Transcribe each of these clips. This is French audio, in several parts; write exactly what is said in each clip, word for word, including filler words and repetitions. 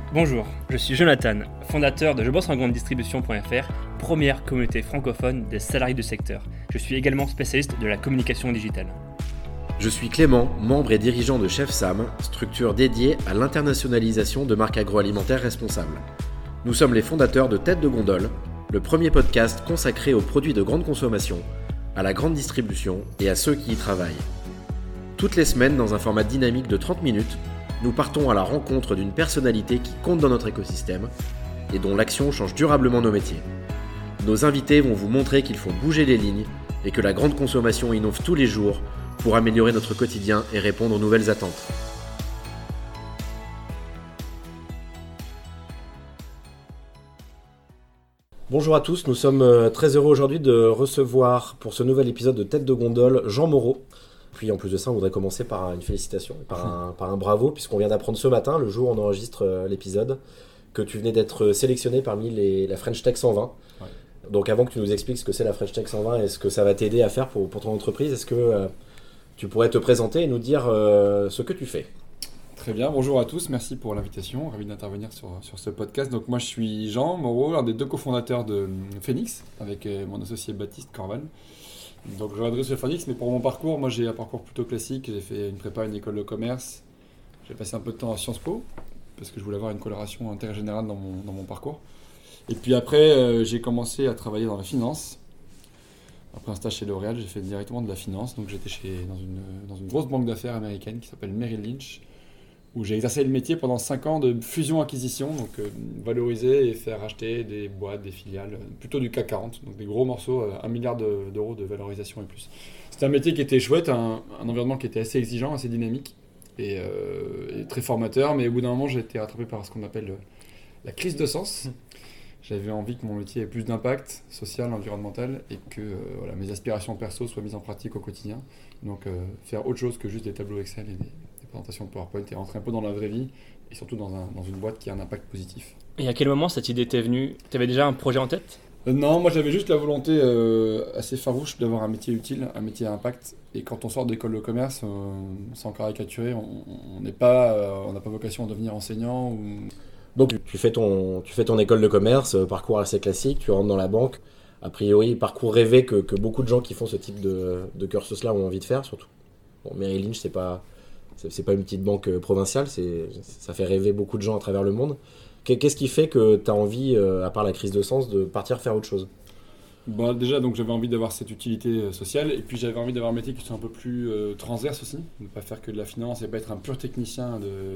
Bonjour, je suis Jonathan, fondateur de je bosse en grande distribution point f r, première communauté francophone des salariés du secteur. Je suis également spécialiste de la communication digitale. Je suis Clément, membre et dirigeant de Chef Sam, structure dédiée à l'internationalisation de marques agroalimentaires responsables. Nous sommes les fondateurs de Tête de Gondole, le premier podcast consacré aux produits de grande consommation, à la grande distribution et à ceux qui y travaillent. Toutes les semaines, dans un format dynamique de trente minutes, nous partons à la rencontre d'une personnalité qui compte dans notre écosystème et dont l'action change durablement nos métiers. Nos invités vont vous montrer qu'il faut bouger les lignes et que la grande consommation innove tous les jours pour améliorer notre quotidien et répondre aux nouvelles attentes. Bonjour à tous, nous sommes très heureux aujourd'hui de recevoir pour ce nouvel épisode de Tête de Gondole Jean Moreau. Puis en plus de ça, on voudrait commencer par une félicitation, par un, par un bravo, puisqu'on vient d'apprendre ce matin, le jour où on enregistre l'épisode, que tu venais d'être sélectionné parmi les, la French Tech cent vingt. Ouais. Donc avant que tu nous expliques ce que c'est la French Tech cent vingt et ce que ça va t'aider à faire pour, pour ton entreprise, est-ce que euh, tu pourrais te présenter et nous dire euh, ce que tu fais ? Très bien, bonjour à tous, merci pour l'invitation, ravi d'intervenir sur, sur ce podcast. Donc moi je suis Jean Moreau, un des deux cofondateurs de Phoenix, avec mon associé Baptiste Corval. Donc je m'adresse à Phoenix, mais pour mon parcours, moi j'ai un parcours plutôt classique. J'ai fait une prépa, une école de commerce. J'ai passé un peu de temps à Sciences Po, parce que je voulais avoir une coloration intérêt général dans mon, dans mon parcours. Et puis après, euh, j'ai commencé à travailler dans la finance. Après un stage chez L'Oréal, j'ai fait directement de la finance. Donc j'étais chez, dans, une, dans une grosse banque d'affaires américaine qui s'appelle Merrill Lynch, où j'ai exercé le métier pendant cinq ans de fusion-acquisition, donc euh, valoriser et faire acheter des boîtes, des filiales, plutôt du C A C quarante, donc des gros morceaux, euh, un milliard de, d'euros de valorisation et plus. C'était un métier qui était chouette, un, un environnement qui était assez exigeant, assez dynamique et, euh, et très formateur, mais au bout d'un moment, j'ai été rattrapé par ce qu'on appelle euh, la crise de sens. J'avais envie que mon métier ait plus d'impact social, environnemental, et que euh, voilà, mes aspirations perso soient mises en pratique au quotidien. Donc euh, faire autre chose que juste des tableaux Excel et des présentation de PowerPoint et rentrer un peu dans la vraie vie et surtout dans, un, dans une boîte qui a un impact positif. Et à quel moment cette idée t'est venue ? Tu avais déjà un projet en tête ? euh, Non, moi j'avais juste la volonté euh, assez farouche d'avoir un métier utile, un métier à impact. Et quand on sort d'école de commerce, euh, sans caricaturer, on n'est pas, euh, on n'a pas vocation à devenir enseignant. Ou... Donc tu fais, ton, tu fais ton école de commerce, parcours assez classique, tu rentres dans la banque. A priori, parcours rêvé que, que beaucoup de gens qui font ce type de, de cursus-là ont envie de faire, surtout. Bon, Merrill Lynch, c'est pas... C'est pas une petite banque provinciale, c'est, ça fait rêver beaucoup de gens à travers le monde. Qu'est-ce qui fait que tu as envie, à part la crise de sens, de partir faire autre chose ? Bon, déjà, donc, j'avais envie d'avoir cette utilité sociale et puis j'avais envie d'avoir un métier qui soit un peu plus euh, transverse aussi, de ne pas faire que de la finance et pas être un pur technicien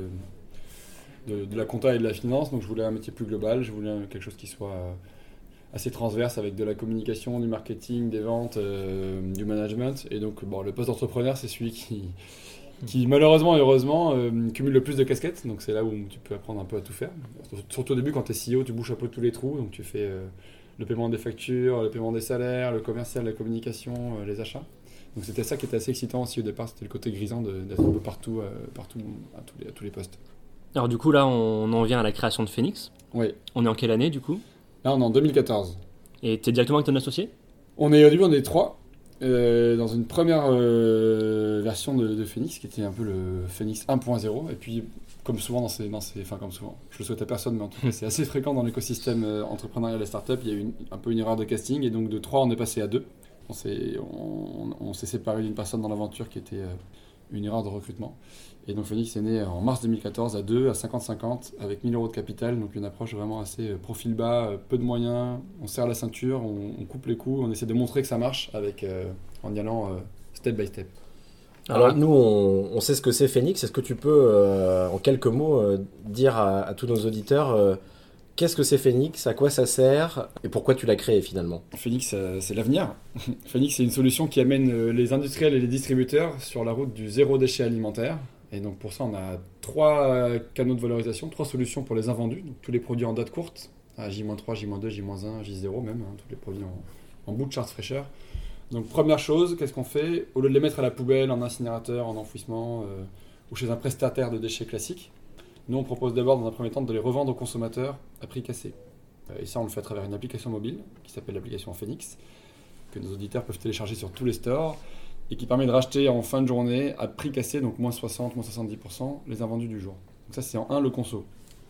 de, de, de la compta et de la finance. Donc je voulais un métier plus global, je voulais quelque chose qui soit euh, assez transverse avec de la communication, du marketing, des ventes, euh, du management. Et donc bon, le poste d'entrepreneur, c'est celui qui... qui malheureusement et heureusement euh, cumule le plus de casquettes, donc c'est là où tu peux apprendre un peu à tout faire. Surtout au début, quand tu es C E O, tu bouches un peu tous les trous, donc tu fais euh, le paiement des factures, le paiement des salaires, le commercial, la communication, euh, les achats. Donc c'était ça qui était assez excitant aussi au départ, c'était le côté grisant de, d'être un peu partout, euh, partout à, tous les, à tous les postes. Alors du coup là, on en vient à la création de Phoenix. Oui. On est en quelle année du coup ? Là on est en deux mille quatorze. Et tu es directement avec ton associé ? On est au début, on est trois. Euh, dans une première euh, version de, de Phoenix qui était un peu le Phoenix un point zéro, et puis comme souvent dans ces, dans ces enfin comme souvent, je le souhaite à personne, mais en tout cas c'est assez fréquent dans l'écosystème euh, entrepreneurial des startups, il y a eu une, un peu une erreur de casting et donc de trois on est passé à deux. On s'est, on, on s'est séparé d'une personne dans l'aventure qui était euh, une erreur de recrutement. Et donc Phoenix est né en mars deux mille quatorze à deux, à cinquante cinquante, avec mille euros de capital, donc une approche vraiment assez euh, profil bas, euh, peu de moyens, on serre la ceinture, on, on coupe les coups, on essaie de montrer que ça marche avec, euh, en y allant euh, step by step. Alors, Alors nous, on, on sait ce que c'est Phoenix. Est-ce que tu peux, euh, en quelques mots, euh, dire à, à tous nos auditeurs euh, qu'est-ce que c'est Phoenix, à quoi ça sert et pourquoi tu l'as créé finalement ? Phoenix, euh, c'est l'avenir. Phoenix, c'est une solution qui amène euh, les industriels et les distributeurs sur la route du zéro déchet alimentaire. Et donc pour ça, on a trois canaux de valorisation, trois solutions pour les invendus. Donc tous les produits en date courte, à J moins trois, J moins deux, J moins un, J zéro même, hein, tous les produits en, en bout de charte fraîcheur. Donc première chose, qu'est-ce qu'on fait ? Au lieu de les mettre à la poubelle, en incinérateur, en enfouissement, euh, ou chez un prestataire de déchets classiques, nous on propose d'abord dans un premier temps de les revendre aux consommateurs à prix cassé. Et ça on le fait à travers une application mobile qui s'appelle l'application Phoenix, que nos auditeurs peuvent télécharger sur tous les stores, et qui permet de racheter en fin de journée à prix cassé, donc moins soixante, moins soixante-dix pour cent, les invendus du jour. Donc ça c'est en un le conso.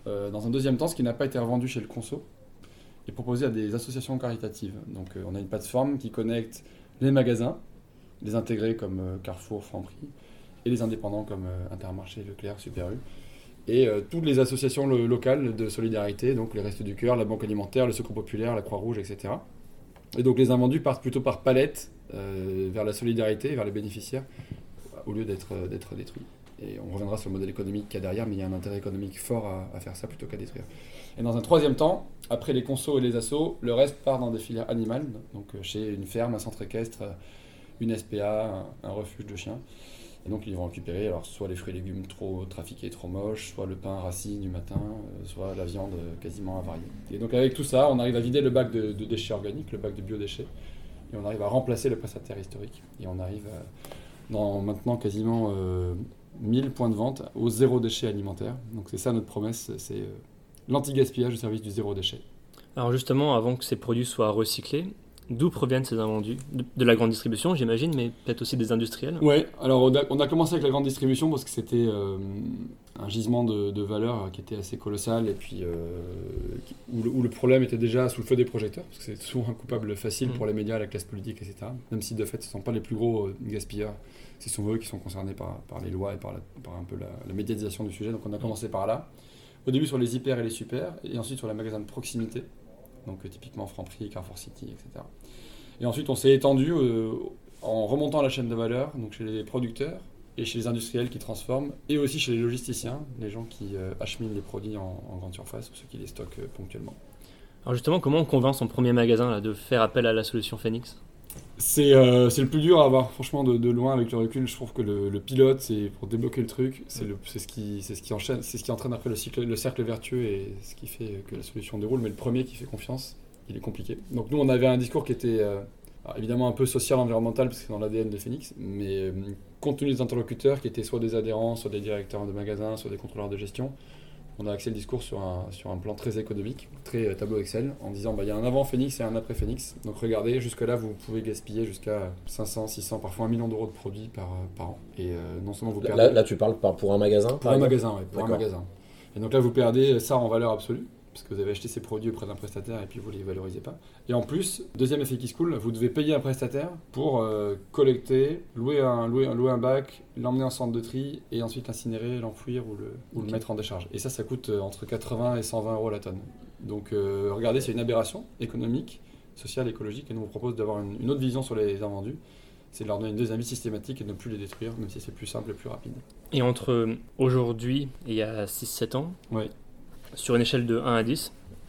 euh, dans un deuxième temps, ce qui n'a pas été revendu chez le conso est proposé à des associations caritatives. Donc euh, on a une plateforme qui connecte les magasins, les intégrés comme euh, Carrefour, Franprix, et les indépendants comme euh, Intermarché, Leclerc, Super U, et euh, toutes les associations lo- locales de solidarité, donc les Restos du Cœur, la Banque Alimentaire, le Secours Populaire, la Croix-Rouge, et cetera. Et donc les invendus partent plutôt par palette euh, vers la solidarité, vers les bénéficiaires, au lieu d'être, euh, d'être détruits. Et on reviendra sur le modèle économique qu'il y a derrière, mais il y a un intérêt économique fort à, à faire ça plutôt qu'à détruire. Et dans un troisième temps, après les consos et les assos, le reste part dans des filières animales, donc euh, chez une ferme, un centre équestre, euh, une S P A, un, un refuge de chiens. Et donc ils vont récupérer alors, soit les fruits et légumes trop trafiqués, trop moches, soit le pain rassis du matin, euh, soit la viande euh, quasiment avariée. Et donc avec tout ça, on arrive à vider le bac de, de déchets organiques, le bac de biodéchets, et on arrive à remplacer le prestataire historique. Et on arrive à, dans maintenant quasiment euh, mille points de vente au zéro déchet alimentaire. Donc c'est ça notre promesse, c'est euh, l'anti-gaspillage au service du zéro déchet. Alors justement, avant que ces produits soient recyclés, d'où proviennent ces invendus? De, de la grande distribution, j'imagine, mais peut-être aussi des industriels? Ouais, alors on a, on a commencé avec la grande distribution parce que c'était euh, un gisement de, de valeur qui était assez colossal et puis euh, qui- où, le, où le problème était déjà sous le feu des projecteurs, parce que c'est souvent un coupable facile Mm. pour les médias, la classe politique, et cetera. Même si de fait ce ne sont pas les plus gros euh, gaspilleurs, ce sont eux qui sont concernés par, par les lois et par, la, par un peu la, la médiatisation du sujet. Donc on a commencé par là. Au début sur les hyper et les super, et ensuite sur les magasins de proximité, donc euh, typiquement Franprix, Carrefour City, et cetera. Et ensuite, on s'est étendu euh, en remontant la chaîne de valeur, donc chez les producteurs et chez les industriels qui transforment, et aussi chez les logisticiens, les gens qui euh, acheminent les produits en, en grande surface ou ceux qui les stockent euh, ponctuellement. Alors justement, comment on convainc son premier magasin là, de faire appel à la solution Phoenix? C'est euh, c'est le plus dur à avoir, franchement, de, de loin avec le recul. Je trouve que le, le pilote, c'est pour débloquer le truc, c'est le- c'est ce qui, c'est ce qui enchaîne, c'est ce qui entraîne après le, cycle, le cercle vertueux et ce qui fait que la solution déroule. Mais le premier qui fait confiance, il est compliqué. Donc nous, on avait un discours qui était euh, alors, évidemment un peu social, environnemental, parce que c'est dans l'A D N de Phoenix, mais euh, compte tenu des interlocuteurs qui étaient soit des adhérents, soit des directeurs de magasins, soit des contrôleurs de gestion, on a axé le discours sur un, sur un plan très économique, très euh, tableau Excel, en disant bah, il y a un avant Phoenix et un après Phoenix. Donc regardez, jusque-là, vous pouvez gaspiller jusqu'à cinq cents, six cents, parfois un million d'euros de produits par, euh, par an. Et euh, non seulement vous perdez... Là, là, tu parles par- pour un magasin Pour par un exemple magasin, oui, pour un D'accord. magasin. Et donc là, vous perdez ça en valeur absolue, parce que vous avez acheté ces produits auprès d'un prestataire et puis vous ne les valorisez pas. Et en plus, deuxième effet qui se coule, vous devez payer un prestataire pour euh, collecter, louer un, louer, un, louer un bac, l'emmener en centre de tri et ensuite l'incinérer, l'enfouir ou, le, ou Ok. le mettre en décharge. Et ça, ça coûte euh, entre quatre-vingts et cent vingt euros la tonne. Donc euh, regardez, c'est une aberration économique, sociale, écologique, et nous on propose d'avoir une, une autre vision sur les invendus. C'est de leur donner une deuxième vie systématique et de ne plus les détruire, même si c'est plus simple et plus rapide. Et entre aujourd'hui et il y a six sept ans, Oui. sur une échelle de un à dix,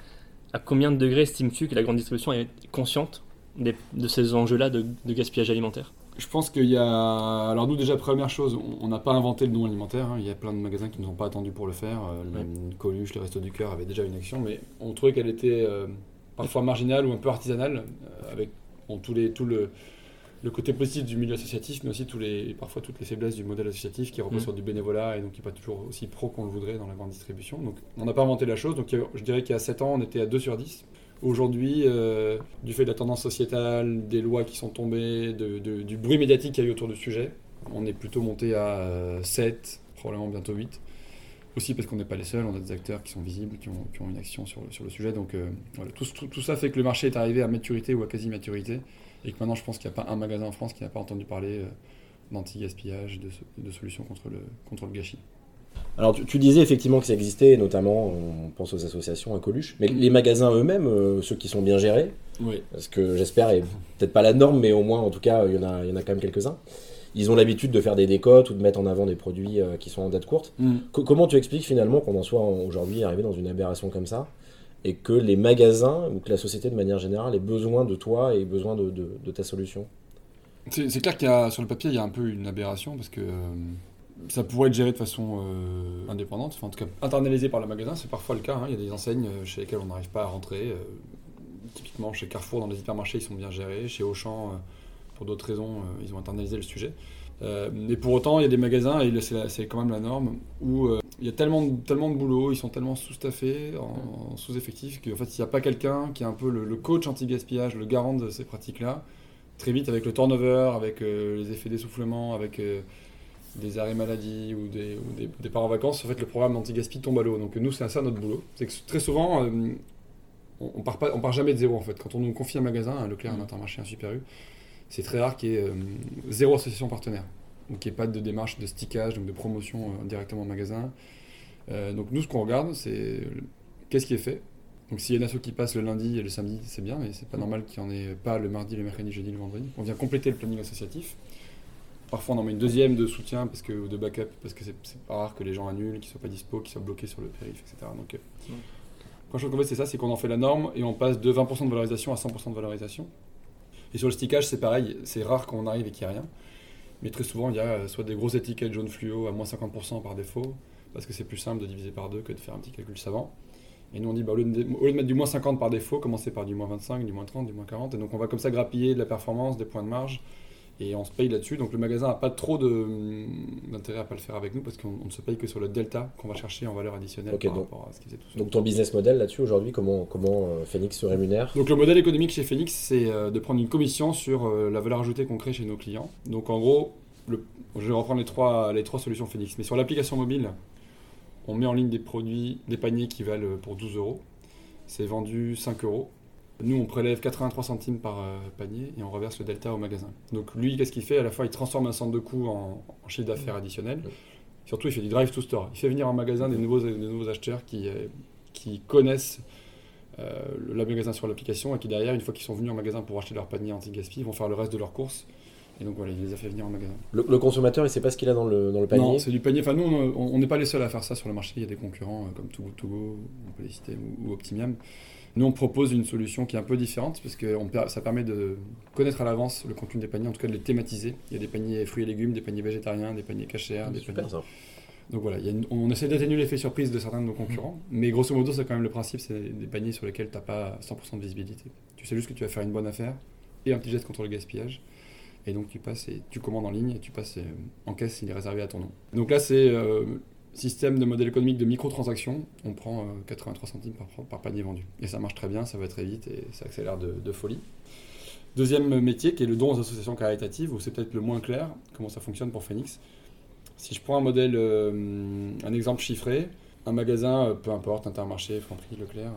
à combien de degrés estimes-tu que la grande distribution est consciente des- de ces enjeux-là de, de gaspillage alimentaire? Je pense qu'il y a... Alors nous déjà, première chose, on- on n'a pas inventé le non alimentaire, hein. Il y a plein de magasins qui ne nous ont pas attendu pour le faire. Euh, le- Ouais. Coluche, les Restos du Cœur avaient déjà une action, mais on trouvait qu'elle était euh, parfois marginale ou un peu artisanale, euh, avec bon, tous les, tout le, le côté positif du milieu associatif, mais aussi tous les, parfois toutes les faiblesses du modèle associatif qui repose Mm. sur du bénévolat et donc qui n'est pas toujours aussi pro qu'on le voudrait dans la grande distribution. Donc on n'a pas inventé la chose, donc il y a- je dirais qu'il y a sept ans, on était à deux sur dix. Aujourd'hui, euh, du fait de la tendance sociétale, des lois qui sont tombées, de- de- du bruit médiatique qu'il y a eu autour du sujet, on est plutôt monté à euh, sept, probablement bientôt huit. Aussi parce qu'on n'est pas les seuls, on a des acteurs qui sont visibles, qui ont, qui ont une action sur le, sur le sujet. Donc euh, voilà, tout, tout- tout ça fait que le marché est arrivé à maturité ou à quasi-maturité. Et que maintenant, je pense qu'il n'y a pas un magasin en France qui n'a pas entendu parler euh, d'anti-gaspillage, de, de solutions contre le, contre le gâchis. Alors, tu, tu disais effectivement que ça existait, et notamment, on pense aux associations, à Coluche, mais les magasins eux-mêmes, euh, ceux qui sont bien gérés, Oui. parce que j'espère, et peut-être pas la norme, mais au moins, en tout cas, il y en a, il y en a quand même quelques-uns, ils ont l'habitude de faire des décotes ou de mettre en avant des produits euh, qui sont en date courte. Mm. Co- comment tu expliques finalement qu'on en soit aujourd'hui arrivé dans une aberration comme ça, et que les magasins, ou que la société de manière générale, ait besoin de toi et ait besoin de, de, de ta solution? C'est c'est clair qu'il y a, sur le papier, il y a un peu une aberration parce que euh, ça pourrait être géré de façon euh, indépendante, enfin, en tout cas internalisé par le magasin, c'est parfois le cas. Hein. Il y a des enseignes euh, chez lesquelles on n'arrive pas à rentrer. euh, typiquement chez Carrefour, dans les hypermarchés, ils sont bien gérés. Chez Auchan, euh, pour d'autres raisons, euh, ils ont internalisé le sujet. Euh, mais pour autant, il y a des magasins, et c'est la- c'est quand même la norme, où euh, il y a tellement de, tellement de boulot, ils sont tellement sous-staffés, en, en sous-effectif, qu'en fait, s'il n'y a pas quelqu'un qui est un peu le, le coach anti-gaspillage, le garant de ces pratiques-là, très vite, avec le turnover, avec euh, les effets d'essoufflement, avec euh, des arrêts maladie ou des, ou des départs en vacances, en fait, le programme d'anti-gaspi tombe à l'eau. Donc nous, c'est ça notre boulot. C'est que très souvent, euh, on, on part pas, on part jamais de zéro en fait. Quand on nous confie un magasin, un Leclerc, un Intermarché, un Super U, c'est très rare qu'il y ait euh, zéro association partenaire. Donc il n'y ait pas de démarche de stickage, donc de promotion euh, directement au magasin. Euh, donc nous, ce qu'on regarde, c'est euh, qu'est-ce qui est fait. Donc s'il y a une asso qui passe le lundi et le samedi, c'est bien, mais c'est pas normal qu'il n'y en ait pas le mardi, le mercredi, le jeudi, le vendredi. On vient compléter le planning associatif. Parfois on en met une deuxième de soutien parce que, ou de backup, parce que c'est, c'est pas rare que les gens annulent, qu'ils ne soient pas dispo, qu'ils soient bloqués sur le périph', et cetera. Donc, euh, mmh. La première chose qu'on fait, c'est ça, c'est qu'on en fait la norme et on passe de vingt pour cent de valorisation à cent pour cent de valorisation. Et sur le stickage, c'est pareil, c'est rare qu'on arrive et qu'il n'y a rien. Mais très souvent, il y a soit des grosses étiquettes jaune fluo à moins cinquante pour cent par défaut, parce que c'est plus simple de diviser par deux que de faire un petit calcul savant. Et nous, on dit, bah, au, lieu de, au lieu de mettre du moins cinquante par défaut, commencez par du moins vingt-cinq, du moins trente, du moins quarante. Et donc, on va comme ça grappiller de la performance, des points de marge. Et on se paye là-dessus, donc le magasin n'a pas trop de, d'intérêt à ne pas le faire avec nous parce qu'on ne se paye que sur le delta qu'on va chercher en valeur additionnelle okay, par donc, rapport à ce qu'ils faisaient tout seul. Donc ton business model là-dessus aujourd'hui, comment, comment euh, Phoenix se rémunère ? Donc le modèle économique chez Phoenix, c'est euh, de prendre une commission sur euh, la valeur ajoutée qu'on crée chez nos clients. Donc en gros, le, je vais reprendre les trois, les trois solutions Phoenix. Mais sur l'application mobile, on met en ligne des produits, des paniers qui valent pour douze euros. C'est vendu cinq euros. Nous, on prélève quatre-vingt-trois centimes par euh, panier et on reverse le delta au magasin. Donc lui, qu'est-ce qu'il fait ? À la fois, il transforme un centre de coût en, en chiffre d'affaires additionnel. Surtout, il fait du drive to store. Il fait venir en magasin des nouveaux, des nouveaux acheteurs qui, euh, qui connaissent euh, le magasin sur l'application et qui, derrière, une fois qu'ils sont venus en magasin pour acheter leur panier anti-gaspi, vont faire le reste de leurs courses. Et donc voilà, il les a fait venir en magasin. Le, le consommateur, il ne sait pas ce qu'il a dans le, dans le panier ? Non, c'est du panier. Enfin, nous, on n'est pas les seuls à faire ça sur le marché. Il y a des concurrents euh, comme Too Good To Go, on peut les citer, ou, ou Optimium. Nous, on propose une solution qui est un peu différente parce que on, ça permet de connaître à l'avance le contenu des paniers, en tout cas de les thématiser. Il y a des paniers fruits et légumes, des paniers végétariens, des paniers cachers, des super, paniers... Ça. Donc voilà, il y a une, on essaie d'atténuer l'effet surprise de certains de nos concurrents, mmh. mais grosso modo, c'est quand même le principe, c'est des paniers sur lesquels tu n'as pas cent pour cent de visibilité. Tu sais juste que tu vas faire une bonne affaire et un petit geste contre le gaspillage. Et donc tu passes et tu commandes en ligne et tu passes en caisse, il est réservé à ton nom. Donc là, c'est... Euh, système de modèle économique de microtransactions, on prend euh, quatre-vingt-trois centimes par, par panier vendu. Et ça marche très bien, ça va très vite et ça accélère de, de folie. Deuxième métier qui est le don aux associations caritatives, où c'est peut-être le moins clair, comment ça fonctionne pour Phoenix. Si je prends un modèle, euh, un exemple chiffré, un magasin, euh, peu importe, Intermarché, Franprix, Leclerc,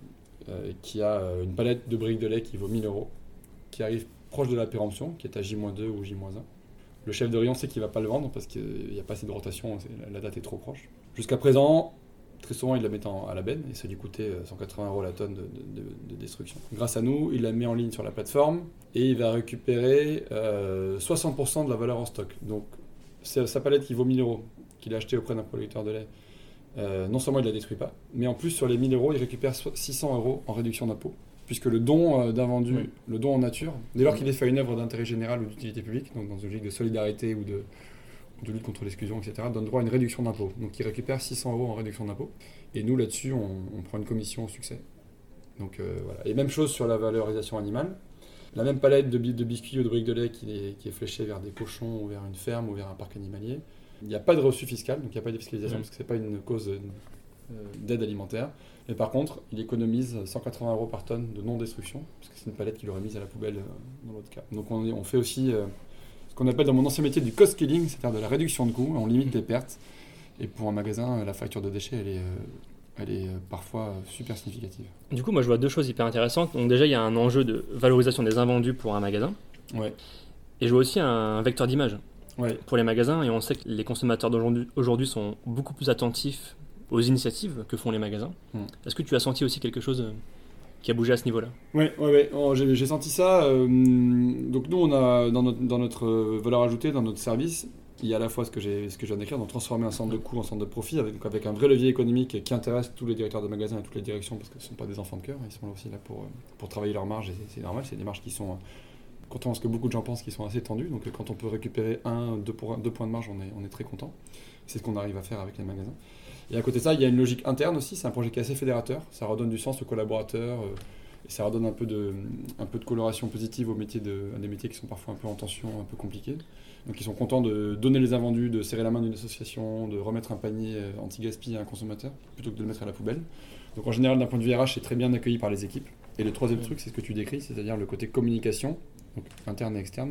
euh, qui a une palette de briques de lait qui vaut mille euros, qui arrive proche de la péremption, qui est à J moins deux ou J moins un. Le chef de rayon sait qu'il ne va pas le vendre parce qu'il n'y a pas assez de rotation, la date est trop proche. Jusqu'à présent, très souvent, il la met en, à la benne et ça lui coûtait cent quatre-vingts euros la tonne de, de, de, de destruction. Grâce à nous, il la met en ligne sur la plateforme et il va récupérer euh, soixante pour cent de la valeur en stock. Donc, c'est sa palette qui vaut mille euros, qu'il a acheté auprès d'un producteur de lait. Euh, non seulement il ne la détruit pas, mais en plus, sur les mille euros, il récupère six cents euros en réduction d'impôt. Puisque le don d'un vendu, oui. le don en nature, dès lors qu'il est fait une œuvre d'intérêt général ou d'utilité publique, donc dans une logique de solidarité ou de, de lutte contre l'exclusion, et cetera, donne droit à une réduction d'impôt. Donc il récupère six cents euros en réduction d'impôt. Et nous, là-dessus, on, on prend une commission au succès. Donc euh, voilà. Et même chose sur la valorisation animale. La même palette de, de biscuits ou de briques de lait qui est, qui est fléchée vers des cochons ou vers une ferme ou vers un parc animalier. Il n'y a pas de reçu fiscal, donc il n'y a pas de défiscalisation, oui. parce que ce n'est pas une cause euh, d'aide alimentaire. Mais par contre, il économise cent quatre-vingts euros par tonne de non-destruction, parce que c'est une palette qu'il aurait mise à la poubelle dans l'autre cas. Donc on, est, on fait aussi euh, ce qu'on appelle dans mon ancien métier du cost killing, c'est-à-dire de la réduction de coûts, on limite les pertes. Et pour un magasin, la facture de déchets, elle est, euh, elle est parfois super significative. Du coup, moi je vois deux choses hyper intéressantes. Donc déjà, il y a un enjeu de valorisation des invendus pour un magasin. Ouais. Et je vois aussi un vecteur d'image ouais. pour les magasins. Et on sait que les consommateurs d'aujourd'hui aujourd'hui sont beaucoup plus attentifs aux initiatives que font les magasins. Mmh. Est-ce que tu as senti aussi quelque chose qui a bougé à ce niveau-là ? Oui, ouais, ouais. Oh, j'ai, j'ai senti ça. Euh, donc nous, on a dans notre, dans notre valeur ajoutée, dans notre service, il y a à la fois ce que, j'ai, ce que je viens d'écrire, donc transformer un centre de coût en centre de profit, avec, donc avec un vrai levier économique qui intéresse tous les directeurs de magasins et toutes les directions, parce que ce ne sont pas des enfants de cœur, ils sont là aussi là pour, pour travailler leurs marges, et c'est, c'est normal, c'est des marges qui sont, contrairement à ce que beaucoup de gens pensent, qui sont assez tendues, donc quand on peut récupérer un, deux, pour, deux points de marge, on est, on est très content. C'est ce qu'on arrive à faire avec les magasins. Et à côté de ça, il y a une logique interne aussi, c'est un projet qui est assez fédérateur, ça redonne du sens aux collaborateurs, euh, et ça redonne un peu, de, un peu de coloration positive aux métiers de, à des métiers qui sont parfois un peu en tension, un peu compliqués. Donc ils sont contents de donner les invendus, de serrer la main d'une association, de remettre un panier anti-gaspi à un consommateur, plutôt que de le mettre à la poubelle. Donc en général, d'un point de vue R H, c'est très bien accueilli par les équipes. Et le troisième truc, c'est ce que tu décris, c'est-à-dire le côté communication, donc interne et externe.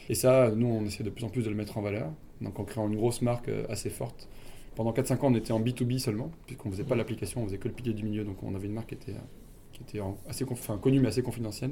Et ça, nous, on essaie de plus en plus de le mettre en valeur, donc en créant une grosse marque assez forte. Pendant quatre cinq ans, on était en B deux B seulement, puisqu'on ne faisait pas l'application, on faisait que le pilier du milieu, donc on avait une marque qui était, qui était assez, enfin, connue mais assez confidentielle.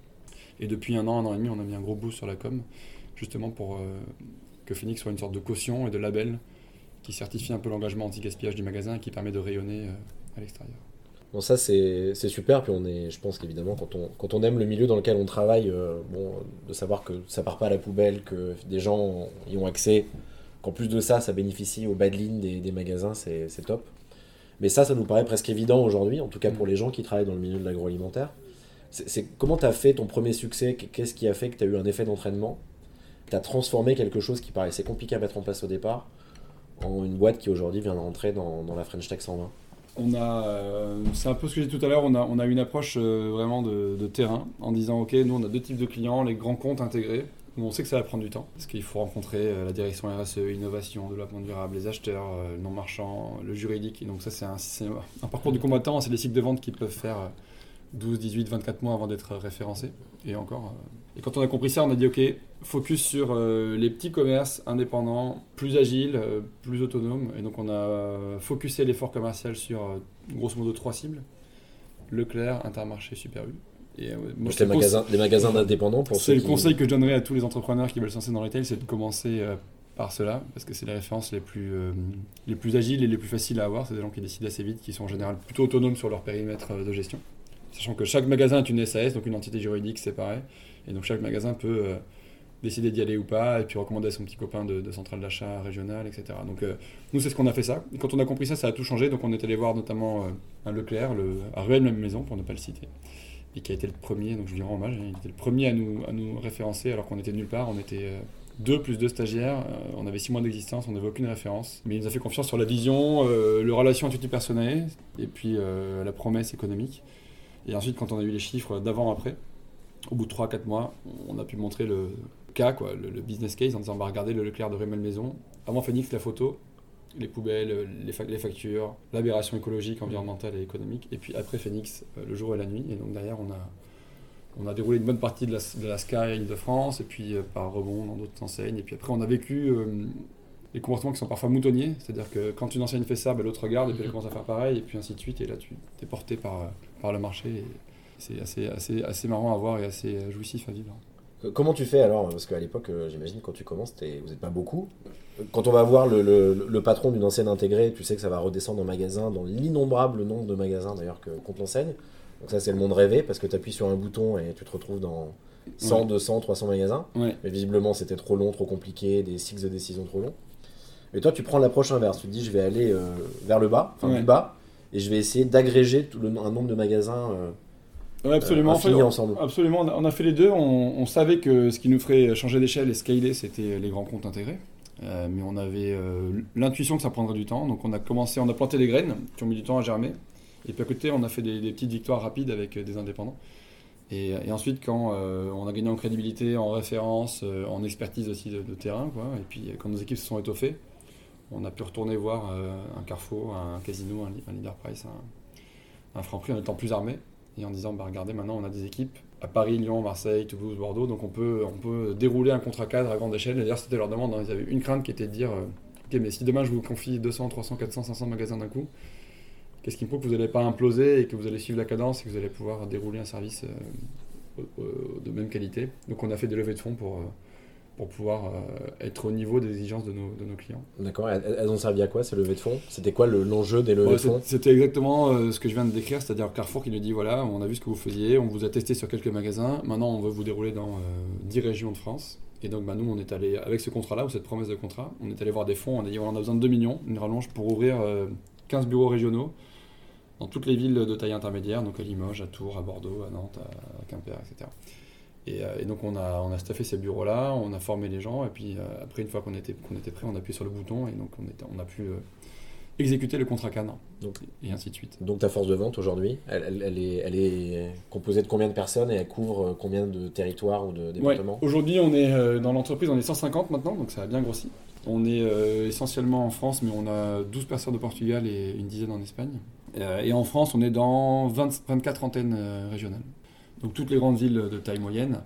Et depuis un an, un an et demi, on a mis un gros boost sur la com, justement pour euh, que Phoenix soit une sorte de caution et de label qui certifie un peu l'engagement anti-gaspillage du magasin et qui permet de rayonner euh, à l'extérieur. Bon, ça c'est, c'est super, puis on est, je pense qu'évidemment quand on, quand on aime le milieu dans lequel on travaille, euh, bon, de savoir que ça part pas à la poubelle, que des gens y ont accès, qu'en plus de ça, ça bénéficie aux bad lean des, des magasins, c'est, c'est top. Mais ça, ça nous paraît presque évident aujourd'hui, en tout cas pour les gens qui travaillent dans le milieu de l'agroalimentaire. C'est, c'est, comment tu as fait ton premier succès? Qu'est-ce qui a fait que tu as eu un effet d'entraînement? Tu as transformé quelque chose qui paraissait compliqué à mettre en place au départ en une boîte qui aujourd'hui vient de rentrer dans, dans la French Tech cent vingt. On a, euh, c'est un peu ce que j'ai dit tout à l'heure, on a, on a une approche euh, vraiment de, de terrain en disant ok, nous on a deux types de clients, les grands comptes intégrés, où on sait que ça va prendre du temps, parce qu'il faut rencontrer euh, la direction R S E, innovation, développement durable, les acheteurs, euh, le non-marchand, le juridique, et donc ça c'est un, c'est un parcours du combattant, c'est des cycles de vente qui peuvent faire euh, douze, dix-huit, vingt-quatre mois avant d'être référencés, et encore. Euh, et quand on a compris ça, on a dit ok, focus sur euh, les petits commerces indépendants, plus agiles, euh, plus autonomes. Et donc on a euh, focusé l'effort commercial sur euh, grosso modo trois cibles. Leclerc, Intermarché, Super U. Et, euh, moi, les, magasins, les magasins d'indépendants pour C'est ceux le qui... conseil que je donnerais à tous les entrepreneurs qui veulent se lancer dans le retail, c'est de commencer euh, par cela, parce que c'est les références les plus, euh, les plus agiles et les plus faciles à avoir. C'est des gens qui décident assez vite, qui sont en général plutôt autonomes sur leur périmètre de gestion. Sachant que chaque magasin est une S A S, donc une entité juridique séparée. Et donc chaque magasin peut euh, décider d'y aller ou pas, et puis recommander à son petit copain de, de centrale d'achat régionale, et cetera. Donc euh, nous, c'est ce qu'on a fait ça. Et quand on a compris ça, ça a tout changé. Donc on est allé voir notamment euh, un Leclerc, le, à Ruelle Même Maison, pour ne pas le citer, et qui a été le premier, donc je lui rends hommage, il était le premier à nous, à nous référencer alors qu'on était de nulle part. On était euh, deux plus deux stagiaires, euh, on avait six mois d'existence, on n'avait aucune référence. Mais il nous a fait confiance sur la vision, euh, le relation intuitif-personnel, et puis euh, la promesse économique. Et ensuite, quand on a eu les chiffres d'avant-après, au bout de trois à quatre mois, on a pu montrer le cas, quoi, le, le business case, en disant bah, regardez le Leclerc de Ruelle Maison. Avant Phoenix, la photo, les poubelles, les, fa- les factures, l'aberration écologique, environnementale et économique. Et puis après Phoenix, le jour et la nuit. Et donc derrière, on a, on a déroulé une bonne partie de la, de la Sky Île-de-France, et puis euh, par rebond dans d'autres enseignes. Et puis après, on a vécu euh, les comportements qui sont parfois moutonniers. C'est-à-dire que quand une enseigne fait ça, bah, l'autre regarde, et puis elle commence à faire pareil, et puis ainsi de suite. Et là, tu es porté par, par le marché. Et c'est assez, assez, assez marrant à voir et assez jouissif à vivre. Comment tu fais alors? Parce qu'à l'époque, j'imagine, quand tu commences, t'es... vous n'êtes pas beaucoup. Quand on va voir le, le, le patron d'une enseigne intégrée, tu sais que ça va redescendre en magasin, dans l'innombrable nombre de magasins d'ailleurs que compte l'enseigne. Donc ça, c'est le monde rêvé, parce que tu appuies sur un bouton et tu te retrouves dans cent, ouais. deux cents, trois cents magasins. Ouais. Mais visiblement, c'était trop long, trop compliqué, des cycles de décision trop longs. Et toi, tu prends l'approche inverse. Tu te dis, je vais aller euh, vers le bas, enfin ouais. du bas, et je vais essayer d'agréger tout le, un nombre de magasins... Euh, Ouais, absolument. Euh, en fait, ensemble. Absolument, on a fait les deux. On, on savait que ce qui nous ferait changer d'échelle et scaler, c'était les grands comptes intégrés. Euh, mais on avait euh, l'intuition que ça prendrait du temps. Donc on a commencé, on a planté les graines qui ont mis du temps à germer. Et puis à côté, on a fait des, des petites victoires rapides avec des indépendants. Et, et ensuite, quand euh, on a gagné en crédibilité, en référence, euh, en expertise aussi de, de terrain, quoi, et puis quand nos équipes se sont étoffées, on a pu retourner voir euh, un Carrefour, un Casino, un, un Leader Price, un, un Franprix en étant plus armés. Et en disant, bah, regardez, maintenant on a des équipes à Paris, Lyon, Marseille, Toulouse, Bordeaux, donc on peut, on peut dérouler un contrat cadre à grande échelle. Et d'ailleurs, c'était leur demande, hein. Ils avaient une crainte qui était de dire, euh, ok, mais si demain je vous confie deux cents, trois cents, quatre cents, cinq cents magasins d'un coup, qu'est-ce qui me prouve que vous n'allez pas imploser et que vous allez suivre la cadence et que vous allez pouvoir dérouler un service euh, euh, de même qualité. Donc on a fait des levées de fonds pour, euh, pour pouvoir euh, être au niveau des exigences de nos, de nos clients. D'accord, elles, elles ont servi à quoi ces levées de fonds? C'était quoi le, l'enjeu des levées ouais, de fonds? C'était exactement euh, ce que je viens de décrire, c'est-à-dire Carrefour qui nous dit voilà, on a vu ce que vous faisiez, on vous a testé sur quelques magasins, maintenant on veut vous dérouler dans euh, dix régions de France. Et donc bah, nous on est allé, avec ce contrat-là, ou cette promesse de contrat, on est allé voir des fonds, on a dit voilà, on a besoin de deux millions, une rallonge pour ouvrir euh, quinze bureaux régionaux dans toutes les villes de taille intermédiaire, donc à Limoges, à Tours, à Bordeaux, à Nantes, à Quimper, et cetera. Et, euh, et donc on a, on a staffé ces bureaux-là, on a formé les gens, et puis euh, après, une fois qu'on était, qu'on était prêt, on a appuyé sur le bouton, et donc on, était, on a pu euh, exécuter le contrat cadre, donc, et ainsi de suite. Donc ta force de vente aujourd'hui, elle, elle, elle, est, elle est composée de combien de personnes et elle couvre combien de territoires ou de départements? Ouais, aujourd'hui, on est euh, dans l'entreprise, on est cent cinquante maintenant, donc ça a bien grossi. On est euh, essentiellement en France, mais on a douze personnes au Portugal et une dizaine en Espagne. Euh, et en France, on est dans vingt, vingt-quatre antennes euh, régionales. Donc toutes les grandes villes de taille moyenne,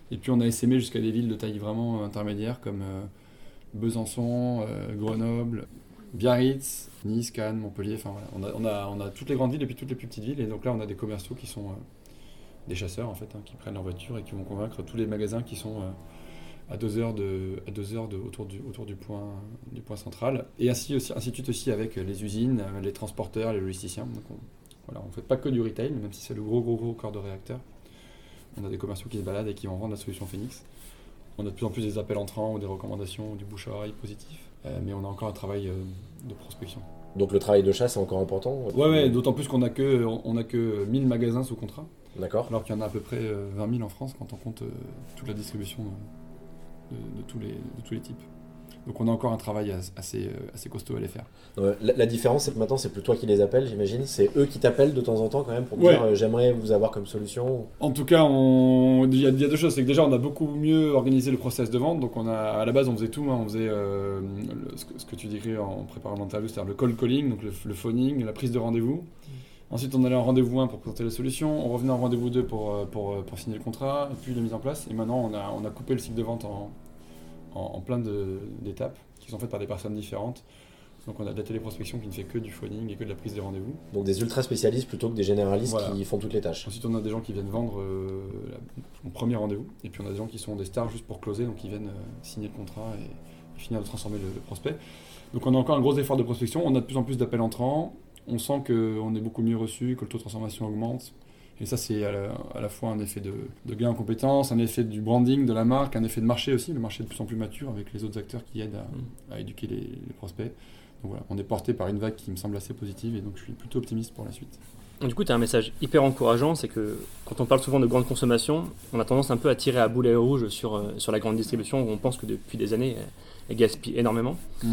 Et puis on a essaimé jusqu'à des villes de taille vraiment intermédiaire comme euh, Besançon, euh, Grenoble, Biarritz, Nice, Cannes, Montpellier. Enfin voilà, on a, on, a, on a toutes les grandes villes et puis toutes les plus petites villes. Et donc là, on a des commerciaux qui sont euh, des chasseurs en fait, hein, qui prennent leur voiture et qui vont convaincre tous les magasins qui sont euh, à deux heures, de, à deux heures de, autour, du, autour du, point, du point central. Et ainsi, aussi, ainsi de suite aussi avec les usines, les transporteurs, les logisticiens. Donc on voilà, ne fait pas que du retail, même si c'est le gros, gros, gros corps de réacteur. On a des commerciaux qui se baladent et qui vont vendre la solution Phoenix. On a de plus en plus des appels entrants ou des recommandations ou du bouche à oreille positif. Euh, mais on a encore un travail euh, de prospection. Donc le travail de chasse est encore important ? Ouais, ouais, d'autant plus qu'on n'a que, on a que mille magasins sous contrat. D'accord. Alors qu'il y en a à peu près vingt mille en France quand on compte euh, toute la distribution de, de, de, tous les, de tous les types. Donc on a encore un travail assez, assez costaud à les faire. Euh, la, la différence, c'est que maintenant, c'est plus toi qui les appelles, j'imagine. C'est eux qui t'appellent de temps en temps quand même pour te ouais. dire euh, j'aimerais vous avoir comme solution. En tout cas, on... il, y a, il y a deux choses. C'est que déjà, on a beaucoup mieux organisé le process de vente. Donc on a, à la base, on faisait tout. Hein. On faisait euh, le, ce, que, ce que tu décris en préparant l'interview, c'est-à-dire le cold calling, donc le, le phoning, la prise de rendez-vous. Ensuite, on allait en rendez-vous un pour présenter la solution. On revenait en rendez-vous deux pour, pour, pour signer le contrat, et puis la mise en place. Et maintenant, on a, on a coupé le cycle de vente en, en, en plein de, d'étapes qui sont faites par des personnes différentes. Donc on a de la téléprospection qui ne fait que du phoning et que de la prise de rendez-vous. Donc des ultra spécialistes plutôt que des généralistes voilà. qui font toutes les tâches. Ensuite on a des gens qui viennent vendre euh, la, mon premier rendez-vous. Et puis on a des gens qui sont des stars juste pour closer, donc qui viennent euh, signer le contrat et, et finir de transformer le, le prospect. Donc on a encore un gros effort de prospection. On a de plus en plus d'appels entrants. On sent qu'on est beaucoup mieux reçu, que le taux de transformation augmente. Et ça, c'est à la, à la fois un effet de, de gain en compétences, un effet du branding de la marque, un effet de marché aussi. Le marché est de plus en plus mature avec les autres acteurs qui aident à, à éduquer les, les prospects. Donc voilà, on est porté par une vague qui me semble assez positive et donc je suis plutôt optimiste pour la suite. Du coup, tu as un message hyper encourageant, c'est que quand on parle souvent de grande consommation, on a tendance un peu à tirer à boulet rouge sur, sur la grande distribution, où on pense que depuis des années, elle gaspille énormément. Mm.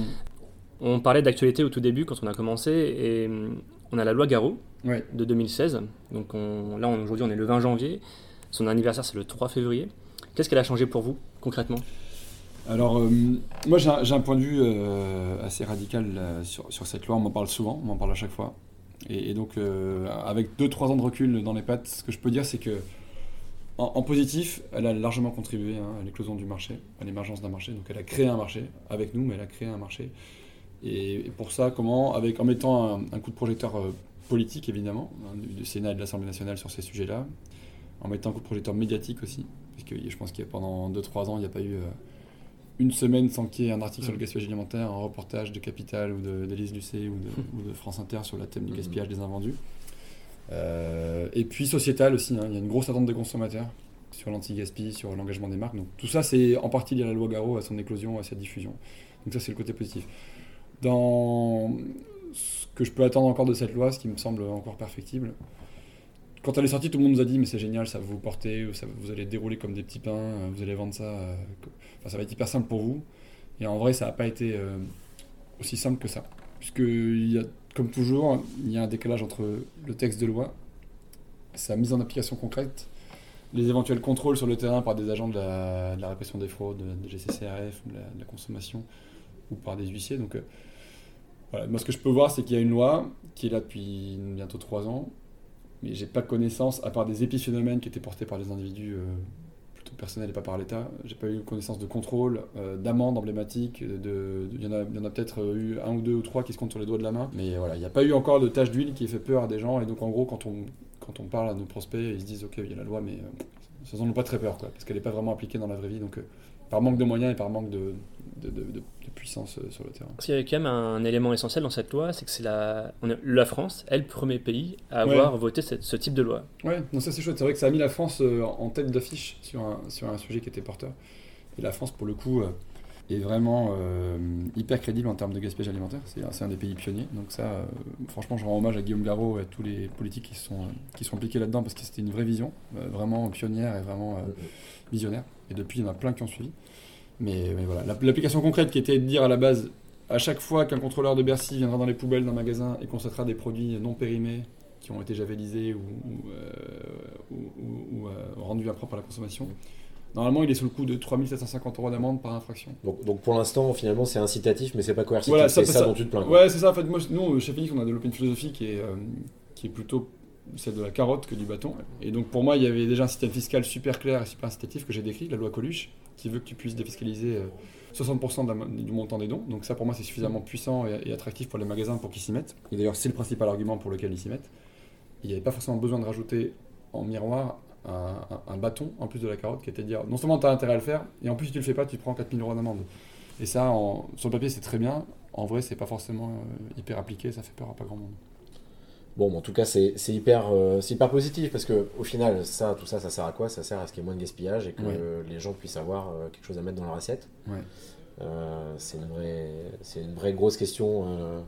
On parlait d'actualité au tout début quand on a commencé et on a la loi Garot ouais. de deux mille seize. Donc on, là, on, aujourd'hui, on est le vingt janvier. Son anniversaire, c'est le trois février. Qu'est-ce qu'elle a changé pour vous, concrètement ? Alors, euh, moi, j'ai un, j'ai un point de vue euh, assez radical euh, sur, sur cette loi. On m'en parle souvent, on m'en parle à chaque fois. Et, et donc, euh, avec deux trois ans de recul dans les pattes, ce que je peux dire, c'est que en, en positif, elle a largement contribué hein, à l'éclosion du marché, à l'émergence d'un marché. Donc, elle a créé un marché avec nous, mais elle a créé un marché. Et, et pour ça, comment ? Avec, en mettant un, un coup de projecteur euh, politique, évidemment, hein, du, du Sénat et de l'Assemblée nationale sur ces sujets-là, en mettant un coup de projecteur médiatique aussi, parce que je pense qu'il y a pendant deux trois ans, il n'y a pas eu euh, une semaine sans qu'il y ait un article mmh. sur le gaspillage alimentaire, un reportage de Capital ou de, d'Élise Lucet ou de, ou de France Inter sur le thème du gaspillage mmh. des invendus. Euh, et puis sociétal aussi, hein, il y a une grosse attente des consommateurs sur l'anti-gaspi, sur l'engagement des marques. Donc tout ça, c'est en partie lié à la loi Garot, à son éclosion, à sa diffusion. Donc ça, c'est le côté positif. Dans ce que je peux attendre encore de cette loi, ce qui me semble encore perfectible, quand elle est sortie, tout le monde nous a dit mais c'est génial, ça va vous porter, ça, vous allez dérouler comme des petits pains, vous allez vendre ça, euh, enfin, ça va être hyper simple pour vous. Et en vrai, ça n'a pas été euh, aussi simple que ça. Puisque, il y a, comme toujours, il y a un décalage entre le texte de loi, sa mise en application concrète, les éventuels contrôles sur le terrain par des agents de la, de la répression des fraudes, de G C C R F, de la, de la consommation, ou par des huissiers. Donc, euh, voilà. Moi, ce que je peux voir, c'est qu'il y a une loi qui est là depuis bientôt trois ans, mais j'ai pas connaissance, à part des épiphénomènes qui étaient portés par des individus euh, plutôt personnels et pas par l'État, j'ai pas eu connaissance de contrôle, euh, d'amendes emblématiques, il de, de, y, y en a peut-être eu un ou deux ou trois qui se comptent sur les doigts de la main, mais voilà, il n'y a pas eu encore de tache d'huile qui ait fait peur à des gens, et donc en gros, quand on, quand on parle à nos prospects, ils se disent ok, il y a la loi, mais euh, ça n'en ont pas très peur, quoi, parce qu'elle n'est pas vraiment appliquée dans la vraie vie, donc euh, par manque de moyens et par manque de, de, de, de, de puissance euh, sur le terrain. Parce qu'il y a quand même un élément essentiel dans cette loi, c'est que c'est la, on est, la France est le premier pays à avoir ouais. voté cette, ce type de loi. Ouais, non, ça c'est chouette. C'est vrai que ça a mis la France euh, en tête d'affiche sur un, sur un sujet qui était porteur. Et la France, pour le coup, euh, est vraiment euh, hyper crédible en termes de gaspillage alimentaire. C'est, c'est un des pays pionniers. Donc ça, euh, franchement, je rends hommage à Guillaume Garot et à tous les politiques qui sont, euh, qui sont impliqués là-dedans parce que c'était une vraie vision, euh, vraiment pionnière et vraiment euh, visionnaire. Et depuis, il y en a plein qui ont suivi. Mais, mais voilà, l'application concrète qui était de dire à la base, à chaque fois qu'un contrôleur de Bercy viendra dans les poubelles d'un magasin et constatera des produits non périmés qui ont été javelisés ou, ou, euh, ou, ou, ou euh, rendus impropres à la consommation, normalement il est sous le coup de trois mille sept cent cinquante euros d'amende par infraction. Donc, donc pour l'instant, finalement, c'est incitatif, mais c'est pas coercitif, voilà, c'est ça, ça, ça dont tu te plains. Ouais, c'est ça. En fait, moi, nous, chez Phoenix, on a développé une philosophie qui est, euh, qui est plutôt celle de la carotte que du bâton. Et donc pour moi, il y avait déjà un système fiscal super clair et super incitatif que j'ai décrit, la loi Coluche, qui veut que tu puisses défiscaliser soixante pour cent de la, du montant des dons. Donc ça, pour moi, c'est suffisamment puissant et, et attractif pour les magasins pour qu'ils s'y mettent. Et d'ailleurs, c'est le principal argument pour lequel ils s'y mettent. Il n'y avait pas forcément besoin de rajouter en miroir un, un, un bâton en plus de la carotte, qui était de dire non seulement tu as intérêt à le faire, et en plus si tu le fais pas, tu prends quatre mille euros d'amende. Et ça, en, sur le papier, c'est très bien. En vrai, c'est pas forcément euh, hyper appliqué, ça fait peur à pas grand monde. Bon, en tout cas, c'est, c'est, hyper, euh, c'est hyper positif parce qu'au final, ça, tout ça, ça sert à quoi ? Ça sert à ce qu'il y ait moins de gaspillage et que ouais. euh, les gens puissent avoir euh, quelque chose à mettre dans leur assiette. Ouais. Euh, c'est, une vraie, c'est une vraie grosse question, euh,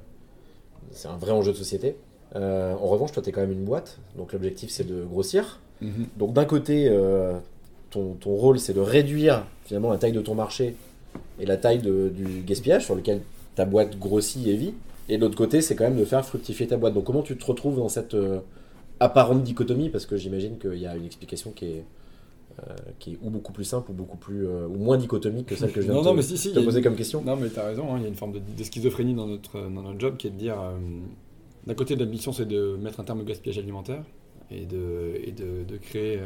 c'est un vrai enjeu de société. Euh, en revanche, toi, tu es quand même une boîte, donc l'objectif, c'est de grossir. Mm-hmm. Donc d'un côté, euh, ton, ton rôle, c'est de réduire finalement la taille de ton marché et la taille de, du gaspillage sur lequel ta boîte grossit et vit. Et de l'autre côté, c'est quand même de faire fructifier ta boîte. Donc comment tu te retrouves dans cette euh, apparente dichotomie ? Parce que j'imagine qu'il y a une explication qui est, euh, qui est ou beaucoup plus simple ou beaucoup plus euh, ou moins dichotomique que celle que je viens non, de non, te, mais si, si, te poser une... comme question. Non, mais tu as raison, hein, il y a une forme de, de schizophrénie dans notre, dans notre job qui est de dire, euh, d'un côté, la mission, c'est de mettre un terme au gaspillage alimentaire et de, et de, de créer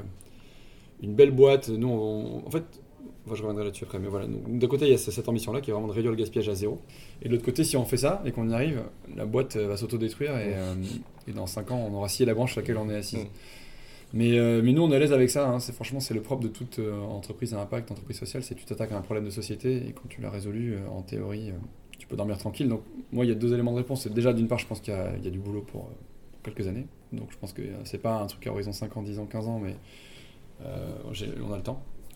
une belle boîte. Nous, on, en fait... Enfin, je reviendrai là-dessus après, mais voilà. Donc, d'un côté, il y a cette ambition-là qui est vraiment de réduire le gaspillage à zéro. Et de l'autre côté, si on fait ça et qu'on y arrive, la boîte va s'autodétruire et, euh, et dans cinq ans, on aura scié la branche sur laquelle on est assis. Mmh. Mais, euh, mais nous, on est à l'aise avec ça. Hein. C'est, franchement, c'est le propre de toute euh, entreprise à impact, entreprise sociale. C'est que tu t'attaques à un problème de société et quand tu l'as résolu, euh, en théorie, euh, tu peux dormir tranquille. Donc, moi, il y a deux éléments de réponse. C'est déjà, d'une part, je pense qu'il y a, il y a du boulot pour, euh, pour quelques années. Donc, je pense que euh, c'est pas un truc à horizon cinq ans, dix ans, quinze ans, mais euh, j'ai, on a le temps.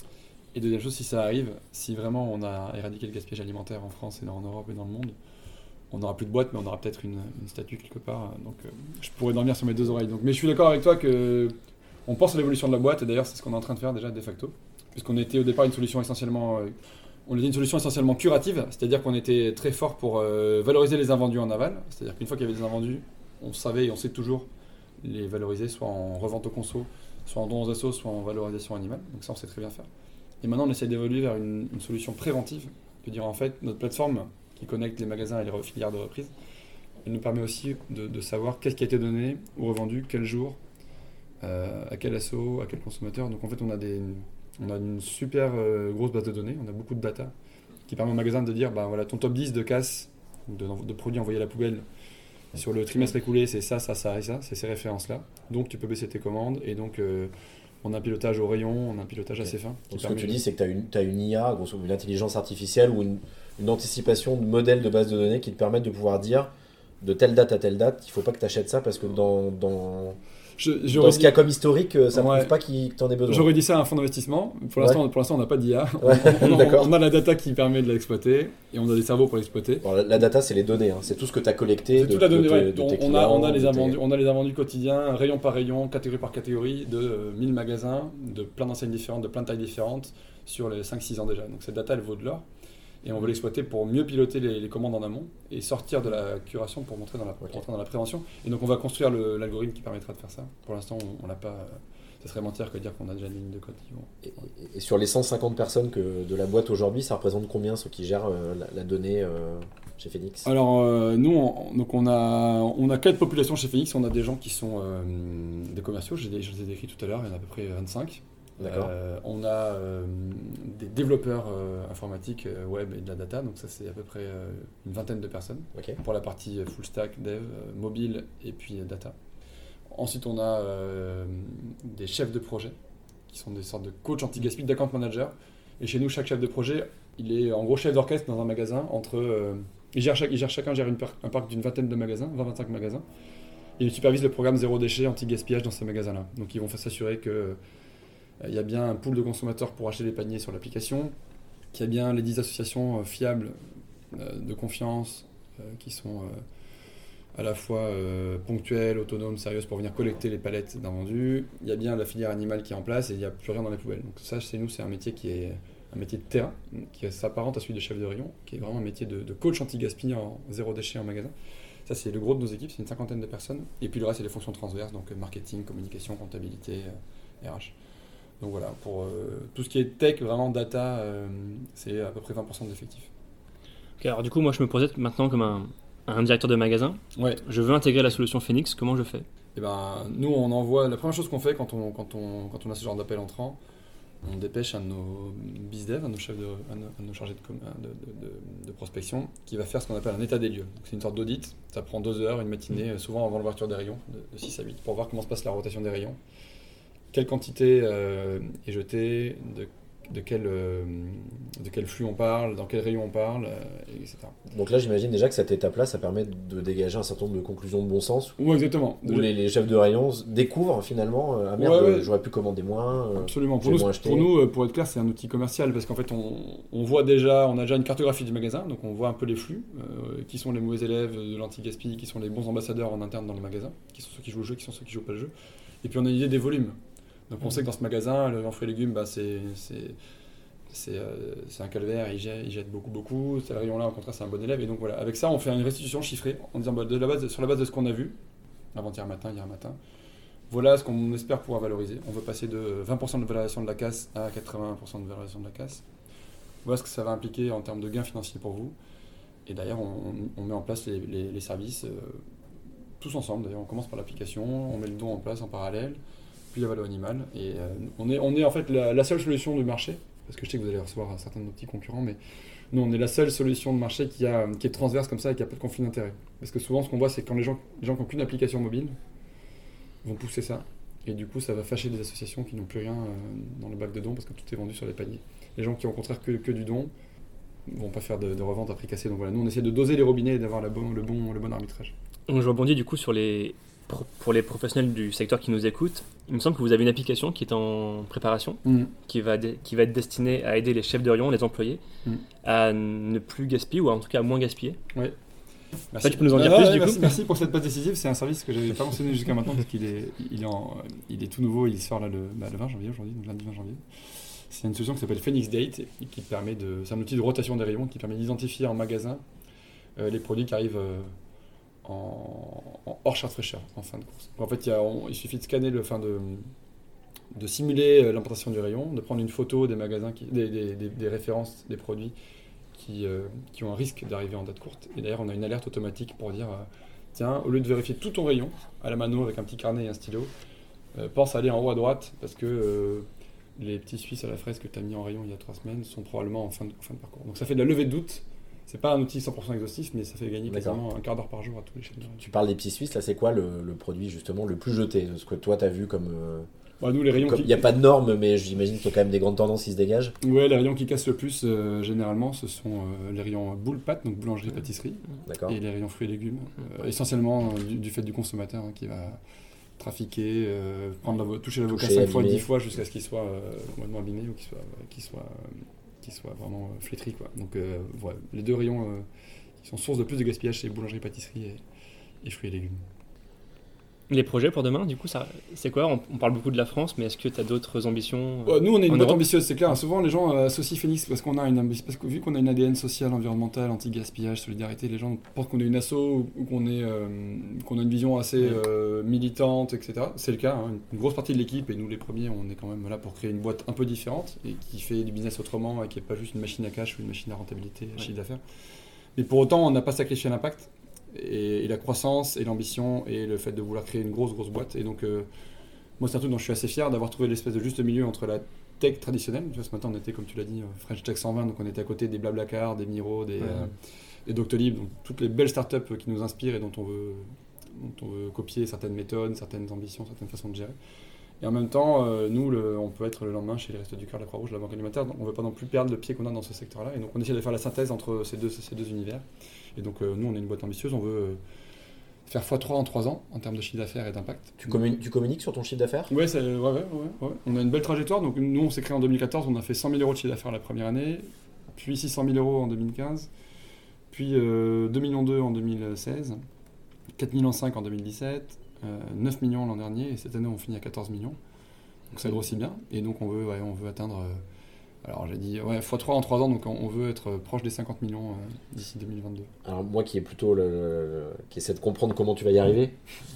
Et deuxième chose, si ça arrive, si vraiment on a éradiqué le gaspillage alimentaire en France et en Europe et dans le monde, on n'aura plus de boîte, mais on aura peut-être une, une statue quelque part. Donc euh, je pourrais dormir sur mes deux oreilles. Donc, mais je suis d'accord avec toi qu'on pense à l'évolution de la boîte, et d'ailleurs c'est ce qu'on est en train de faire déjà de facto. Puisqu'on était au départ une solution essentiellement, euh, on était une solution essentiellement curative, c'est-à-dire qu'on était très fort pour euh, valoriser les invendus en aval. C'est-à-dire qu'une fois qu'il y avait des invendus, on savait et on sait toujours les valoriser, soit en revente au conso, soit en dons aux assos, soit en valorisation animale. Donc ça, on sait très bien faire. Et maintenant, on essaie d'évoluer vers une, une solution préventive, de dire en fait, notre plateforme qui connecte les magasins et les filières de reprise, elle nous permet aussi de, de savoir qu'est-ce qui a été donné ou revendu, quel jour, euh, à quel asso, à quel consommateur. Donc en fait, on a, des, on a une super euh, grosse base de données, on a beaucoup de data qui permet au magasin de dire, bah, voilà, ton top dix de casse ou de, de produits envoyés à la poubelle sur le trimestre écoulé, c'est ça, ça, ça et ça, c'est ces références-là. Donc tu peux baisser tes commandes et donc... Euh, on a un pilotage au rayon, on a un pilotage okay. assez fin. Donc ce que tu dis, c'est que tu as une, t'as une I A, grosso modo, une intelligence artificielle ou une, une anticipation de modèles de base de données qui te permettent de pouvoir dire de telle date à telle date, il ne faut pas que tu achètes ça parce que dans, dans, je, dans ce qu'il y a comme historique, ça ne ouais. prouve pas qu'il, que tu en aies besoin. J'aurais dit ça à un fonds d'investissement. Pour l'instant, ouais. pour l'instant on n'a pas d'I A. Ouais. on, on, on a la data qui permet de l'exploiter et on a des cerveaux pour l'exploiter. Alors, la, la data, c'est les données. Hein. C'est tout ce que tu as collecté. C'est de, toute la donnée. De, ouais. de, on, de on, a, on, a les tes... invendus, on a les invendus quotidiens, rayon par rayon, catégorie par catégorie, de euh, mille magasins, de plein d'enseignes différentes, de plein de tailles différentes, sur les cinq six ans déjà. Donc cette data, elle vaut de l'or. Et on veut l'exploiter pour mieux piloter les, les commandes en amont et sortir de la curation pour montrer dans la, okay. rentrer dans la prévention. Et donc on va construire le, l'algorithme qui permettra de faire ça. Pour l'instant, on, on l'a pas. Ça serait mentir que dire qu'on a déjà une ligne de code. Vont... Et, et sur les cent cinquante personnes que, de la boîte aujourd'hui, ça représente combien ceux qui gèrent euh, la, la donnée euh, chez Phoenix ? Alors euh, nous, on, donc on a on a quatre populations chez Phoenix. On a des gens qui sont euh, des commerciaux. Je, je les ai décrits tout à l'heure. Il y en a à peu près vingt-cinq. Euh, on a euh, des développeurs euh, informatiques, euh, web et de la data, donc ça c'est à peu près euh, une vingtaine de personnes okay. pour la partie full stack, dev, euh, mobile et puis euh, data. Ensuite on a euh, des chefs de projet qui sont des sortes de coachs anti-gaspi, d'account manager. Et chez nous, chaque chef de projet, il est en gros chef d'orchestre dans un magasin. Entre, euh, il gère chaque, il gère, chacun gère une per, un parc d'une vingtaine de magasins, vingt à vingt-cinq magasins. Et il supervise le programme zéro déchet anti-gaspillage dans ces magasins-là. Donc ils vont s'assurer que il y a bien un pool de consommateurs pour acheter les paniers sur l'application, qu'il y a bien les dix associations fiables de confiance qui sont à la fois ponctuelles, autonomes, sérieuses pour venir collecter les palettes d'invendus. Il y a bien la filière animale qui est en place et il n'y a plus rien dans les poubelles. Donc ça, chez nous, c'est un métier qui est un métier de terrain, qui s'apparente à celui de chef de rayon, qui est vraiment un métier de, de coach anti-gaspi en zéro déchet en magasin. Ça, c'est le gros de nos équipes, c'est une cinquantaine de personnes. Et puis le reste, c'est les fonctions transverses, donc marketing, communication, comptabilité, R H. Donc voilà, pour euh, tout ce qui est tech, vraiment data, euh, c'est à peu près vingt pour cent de l'effectif. Okay, alors du coup, moi je me projette maintenant comme un, un directeur de magasin. Ouais. Je veux intégrer la solution Phoenix, comment je fais ? Et ben, nous, on envoie. La première chose qu'on fait quand on, quand on, quand on a ce genre d'appel entrant, on dépêche un de nos bizdev, un de nos chefs de, un de, un de nos chargés de, com- de, de, de, de prospection, qui va faire ce qu'on appelle un état des lieux. Donc, c'est une sorte d'audit. Ça prend deux heures, une matinée, souvent avant l'ouverture des rayons, de, de six à huit, pour voir comment se passe la rotation des rayons, quelle quantité euh, est jetée, de De quel, euh, de quel flux on parle, dans quel rayon on parle, euh, et cetera. Donc là, j'imagine déjà que cette étape-là, ça permet de dégager un certain nombre de conclusions de bon sens. Oui, exactement. Où les, les chefs de rayon découvrent finalement, euh, ah merde, ouais, ouais. j'aurais pu commander moins. Euh, Absolument. Pour nous, pour nous, pour être clair, c'est un outil commercial parce qu'en fait, on, on voit déjà, on a déjà une cartographie du magasin, donc on voit un peu les flux, euh, qui sont les mauvais élèves de l'anti-gaspi, qui sont les bons ambassadeurs en interne dans le magasin, qui sont ceux qui jouent le jeu, qui sont ceux qui jouent pas le jeu. Et puis on a une idée des volumes. Donc on mmh. sait que dans ce magasin, le fruits et légumes, bah, c'est, c'est C'est, euh, c'est un calvaire, il jette, il jette beaucoup, beaucoup. Ce rayon-là, au contraire, c'est un bon élève. Et donc voilà, avec ça, on fait une restitution chiffrée en disant bah, de la base, sur la base de ce qu'on a vu, avant-hier matin, hier matin, voilà ce qu'on espère pouvoir valoriser. On veut passer de vingt pour cent de valorisation de la casse à quatre-vingts pour cent de valorisation de la casse. Voilà ce que ça va impliquer en termes de gains financiers pour vous. Et d'ailleurs, on, on met en place les, les, les services euh, tous ensemble. D'ailleurs, on commence par l'application, on met le don en place en parallèle, puis la valeur animale. Et euh, on, est, on est en fait la, la seule solution du marché. Parce que je sais que vous allez recevoir certains de nos petits concurrents, mais nous, on est la seule solution de marché qui, a, qui est transverse comme ça et qui n'a pas de conflit d'intérêt. Parce que souvent, ce qu'on voit, c'est que quand les gens, les gens qui n'ont qu'une application mobile vont pousser ça. Et du coup, ça va fâcher des associations qui n'ont plus rien dans le bac de dons parce que tout est vendu sur les paniers. Les gens qui ont au contraire que, que du don ne vont pas faire de, de revente à prix cassé. Donc voilà, nous, on essaie de doser les robinets et d'avoir la bon, le, bon, le bon arbitrage. Donc je rebondis du coup sur les... Pour les professionnels du secteur qui nous écoutent, il me semble que vous avez une application qui est en préparation, mmh. qui, va de, qui va être destinée à aider les chefs de rayon, les employés, mmh. à ne plus gaspiller ou en tout cas à moins gaspiller. Oui. Merci. Tu peux nous en dire ah, plus ouais, du merci, coup merci pour cette passe décisive. C'est un service que je n'avais pas mentionné jusqu'à maintenant parce qu'il est, il est, en, il est tout nouveau. Il sort là le, bah, le vingt janvier aujourd'hui, donc lundi vingt janvier. C'est une solution qui s'appelle Phoenix Date et qui permet de, c'est un outil de rotation des rayons qui permet d'identifier en magasin euh, les produits qui arrivent. Euh, En, en hors charte fraîcheur en fin de course. Donc en fait, il, y a, on, il suffit de scanner, le, enfin de, de simuler l'implantation du rayon, de prendre une photo des magasins, qui, des, des, des, des références des produits qui, euh, qui ont un risque d'arriver en date courte. Et d'ailleurs, on a une alerte automatique pour dire, euh, tiens, au lieu de vérifier tout ton rayon à la mano avec un petit carnet et un stylo, euh, pense à aller en haut à droite parce que euh, les petits Suisses à la fraise que tu as mis en rayon il y a trois semaines sont probablement en fin de, en fin de parcours. Donc ça fait de la levée de doute. C'est pas un outil cent pour cent exhaustif, mais ça fait gagner quasiment un quart d'heure par jour à tous les chefs de rayon. Tu parles des petits Suisses, là c'est quoi le, le produit justement le plus jeté, ce que toi tu as vu comme... Euh, bah, nous, les rayons il qui... n'y a pas de normes, mais j'imagine qu'il y a quand même des grandes tendances qui se dégagent. Ouais, les rayons qui cassent le plus, euh, généralement, ce sont euh, les rayons boule-pâte, donc boulangerie-pâtisserie, D'accord. et les rayons fruits et légumes, euh, essentiellement euh, du, du fait du consommateur hein, qui va trafiquer, euh, prendre la, toucher l'avocat cinq fois, dix fois jusqu'à ce qu'il soit euh, complètement abîmé ou qu'il soit, euh, qu'il soit, euh, qu'il soit vraiment euh, flétri. Quoi. Donc euh, voilà, les deux rayons euh, qui sont source de plus de gaspillage, c'est boulangerie-pâtisserie et, et fruits et légumes. Les projets pour demain, du coup, ça, c'est quoi on, on parle beaucoup de la France, mais est-ce que tu as d'autres ambitions euh, Nous, on est une boîte Europe ambitieuse, c'est clair. Souvent, les gens euh, associent Phoenix parce qu'on a une ambi- parce que vu qu'on a une A D N sociale, environnementale, anti-gaspillage, solidarité, les gens pensent qu'on est une asso ou, ou qu'on, est, euh, qu'on a une vision assez euh, militante, et cetera. C'est le cas. Hein. Une grosse partie de l'équipe, et nous les premiers, on est quand même là pour créer une boîte un peu différente et qui fait du business autrement et qui n'est pas juste une machine à cash ou une machine à rentabilité, à ouais. chiffre d'affaires. Mais pour autant, on n'a pas sacrifié l'impact. Et, et la croissance et l'ambition et le fait de vouloir créer une grosse grosse boîte et donc euh, moi c'est un truc dont je suis assez fier d'avoir trouvé l'espèce de juste milieu entre la tech traditionnelle. Tu vois, ce matin on était comme tu l'as dit French Tech cent vingt, donc on était à côté des Blablacar, des Miro, des, ouais. euh, des Doctolib, donc toutes les belles startups qui nous inspirent et dont on veut, dont on veut copier certaines méthodes, certaines ambitions, certaines façons de gérer. Et en même temps, euh, nous, le, on peut être le lendemain chez les Restos du Cœur, la Croix-Rouge, la Banque Alimentaire, donc on ne veut pas non plus perdre le pied qu'on a dans ce secteur-là. Et donc on essaie de faire la synthèse entre ces deux, ces deux univers. Et donc euh, nous, on est une boîte ambitieuse, on veut euh, faire fois trois en trois ans en termes de chiffre d'affaires et d'impact. Tu, communi- tu communiques sur ton chiffre d'affaires ? Ouais, ouais, ouais, ouais, ouais. On a une belle trajectoire. Donc nous, on s'est créé en deux mille quatorze, on a fait cent mille euros de chiffre d'affaires la première année, puis six cent mille euros en deux mille quinze, puis euh, deux virgule deux millions en deux mille seize, quatre virgule cinq millions en deux mille dix-sept, euh, neuf millions l'an dernier, et cette année, on finit à quatorze millions. Donc ça grossit bien, et donc on veut, ouais, on veut atteindre, euh, alors j'ai dit, ouais, fois trois en trois ans, donc on veut être proche des cinquante millions euh, d'ici deux mille vingt-deux. Alors moi qui est plutôt le, le, qui essaie de comprendre comment tu vas y arriver,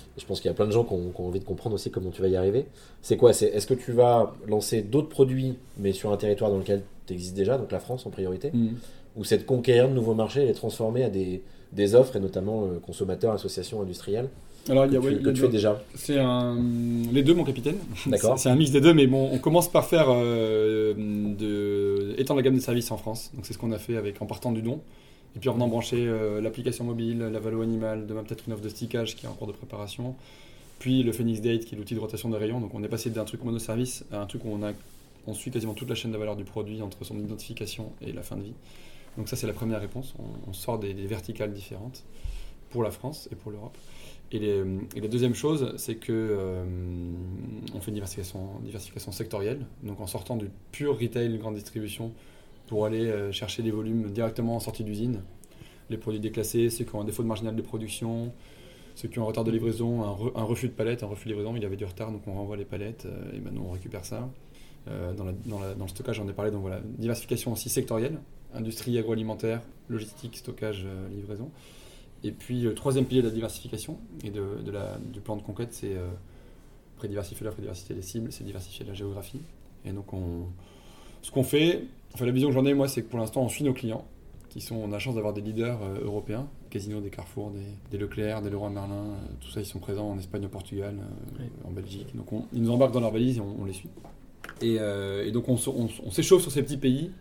je pense qu'il y a plein de gens qui ont, qui ont envie de comprendre aussi comment tu vas y arriver. C'est quoi c'est, Est-ce que tu vas lancer d'autres produits, mais sur un territoire dans lequel tu existes déjà, donc la France en priorité, mmh. ou c'est de conquérir de nouveaux marchés et les transformer à des, des offres, et notamment euh, consommateurs, associations, industriels? Alors, il y a, que ouais, tu, que tu fais déjà. C'est un... les deux, mon capitaine. D'accord. C'est, c'est un mix des deux, mais bon, on commence par faire euh, de... étendre la gamme de services en France. Donc, c'est ce qu'on a fait avec, en partant du don. Et puis, en venant brancher euh, l'application mobile, la valo animale, demain peut-être une offre de stickage qui est en cours de préparation. Puis le Phoenix Date, qui est l'outil de rotation des rayons. Donc, on est passé d'un truc monoservice à un truc où on, a... on suit quasiment toute la chaîne de valeur du produit entre son identification et la fin de vie. Donc, ça, c'est la première réponse. On, on sort des, des verticales différentes pour la France et pour l'Europe. Et, les, et la deuxième chose, c'est que euh, on fait une diversification, diversification sectorielle, donc en sortant du pur retail, grande distribution, pour aller euh, chercher des volumes directement en sortie d'usine, les produits déclassés, ceux qui ont un défaut de marginal de production, ceux qui ont un retard de livraison, un, re, un refus de palette, un refus de livraison, il y avait du retard, donc on renvoie les palettes euh, et maintenant on récupère ça. Euh, dans, la, dans, la, dans le stockage, j'en ai parlé, donc voilà, diversification aussi sectorielle, industrie agroalimentaire, logistique, stockage, euh, livraison. Et puis le troisième pilier de la diversification et de, de la, du plan de conquête, c'est euh, prédiversifier l'offre et diversifier les cibles, c'est diversifier la géographie. Et donc on, ce qu'on fait, enfin la vision que j'en ai moi, c'est que pour l'instant on suit nos clients, qui sont, on a la chance d'avoir des leaders euh, européens, Casino, des Carrefour, des, des Leclerc, des Leroy Merlin, euh, tout ça ils sont présents en Espagne, au Portugal, euh, oui. en Belgique. Donc on, ils nous embarquent dans leur valise et on, on les suit. Et, euh, et donc on, on, on s'échauffe sur ces petits pays.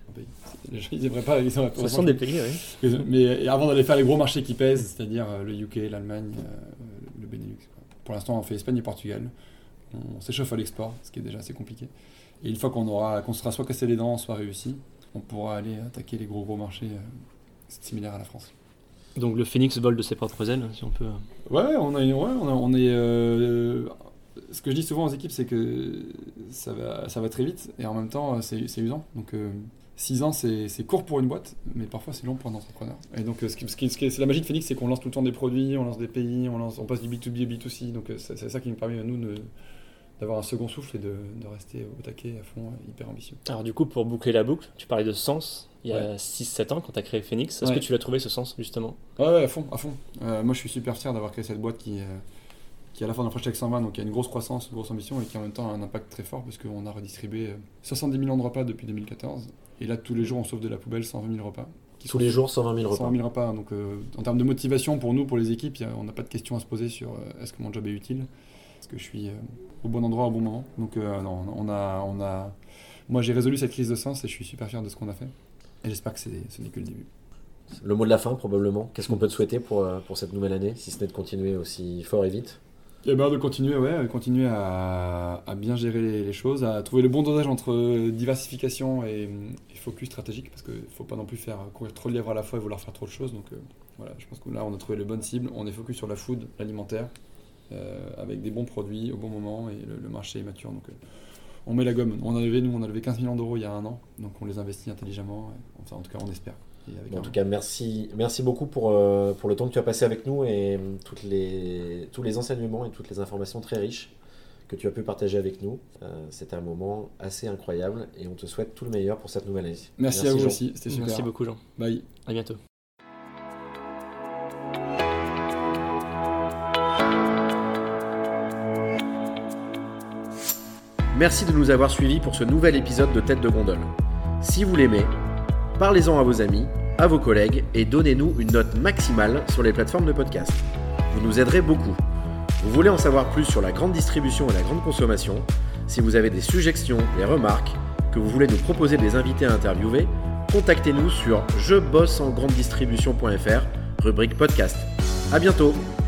Ils n'aimeraient pas. Ils Ce sont des pays, oui. Mais avant d'aller faire les gros marchés qui pèsent, c'est-à-dire le U K, l'Allemagne, le Benelux. Quoi. Pour l'instant, on fait Espagne et Portugal. On s'échauffe à l'export, ce qui est déjà assez compliqué. Et une fois qu'on aura, qu'on sera soit cassé les dents, soit réussi, on pourra aller attaquer les gros gros marchés similaires à la France. Donc le Phoenix vole de ses propres ailes, si on peut. Ouais, on a, ouais, on, a, on est. Euh, ce que je dis souvent aux équipes, c'est que ça va, ça va très vite et en même temps, c'est, c'est usant. Donc, euh, six ans, c'est, c'est court pour une boîte, mais parfois c'est long pour un entrepreneur. Et donc, ce qui, ce qui, ce qui, c'est la magie de Phoenix, c'est qu'on lance tout le temps des produits, on lance des pays, on, lance, on passe du B deux B au B deux C. Donc, c'est, c'est ça qui nous permet à nous de, d'avoir un second souffle et de, de rester au taquet à fond, hyper ambitieux. Alors, du coup, pour boucler la boucle, tu parlais de sens il y a ouais. six sept ans quand tu as créé Phoenix. Est-ce ouais. que tu l'as trouvé ce sens, justement ? Ouais, ouais, à fond. À fond. Euh, moi, je suis super fier d'avoir créé cette boîte qui. Euh, qui est à la fois dans Fresh Tech cent vingt, donc qui a une grosse croissance, une grosse ambition, et qui en même temps a un impact très fort, parce qu'on a redistribué soixante-dix millions de repas depuis deux mille quatorze, et là, tous les jours, on sauve de la poubelle cent vingt mille repas. Tous les jours, cent vingt mille repas. cent vingt mille repas, donc euh, en termes de motivation, pour nous, pour les équipes, y a, on n'a pas de questions à se poser sur euh, est-ce que mon job est utile, est-ce que je suis euh, au bon endroit au bon moment. Donc euh, non, on a, on a... Moi, j'ai résolu cette crise de sens, et je suis super fier de ce qu'on a fait, et j'espère que c'est, ce n'est que le début. Le mot de la fin, probablement. Qu'est-ce qu'on peut te souhaiter pour, pour cette nouvelle année, si ce n'est de continuer aussi fort et vite ? Eh ben de continuer, ouais, continuer à, à bien gérer les, les choses, à trouver le bon dosage entre diversification et, et focus stratégique, parce qu'il ne faut pas non plus faire courir trop de lièvres à la fois et vouloir faire trop de choses. Donc euh, voilà, je pense que là, on a trouvé les bonnes cibles, on est focus sur la food, l'alimentaire, euh, avec des bons produits au bon moment, et le, le marché est mature. Donc euh, on met la gomme. On a levé, nous, on a levé quinze millions d'euros il y a un an, donc on les investit intelligemment, et, enfin, en tout cas, on espère. En tout cas, merci, merci beaucoup pour, euh, pour le temps que tu as passé avec nous et toutes les, tous les enseignements et toutes les informations très riches que tu as pu partager avec nous. Euh, c'était un moment assez incroyable et on te souhaite tout le meilleur pour cette nouvelle année. Merci, merci à vous Jean. Aussi, c'était super. Merci beaucoup Jean. Bye. À bientôt. Merci de nous avoir suivis pour ce nouvel épisode de Tête de Gondole. Si vous l'aimez, parlez-en à vos amis, à vos collègues et donnez-nous une note maximale sur les plateformes de podcast. Vous nous aiderez beaucoup. Vous voulez en savoir plus sur la grande distribution et la grande consommation ? Si vous avez des suggestions, des remarques, que vous voulez nous proposer des invités à interviewer, contactez-nous sur je bosse en grande distribution point f r, rubrique podcast. À bientôt.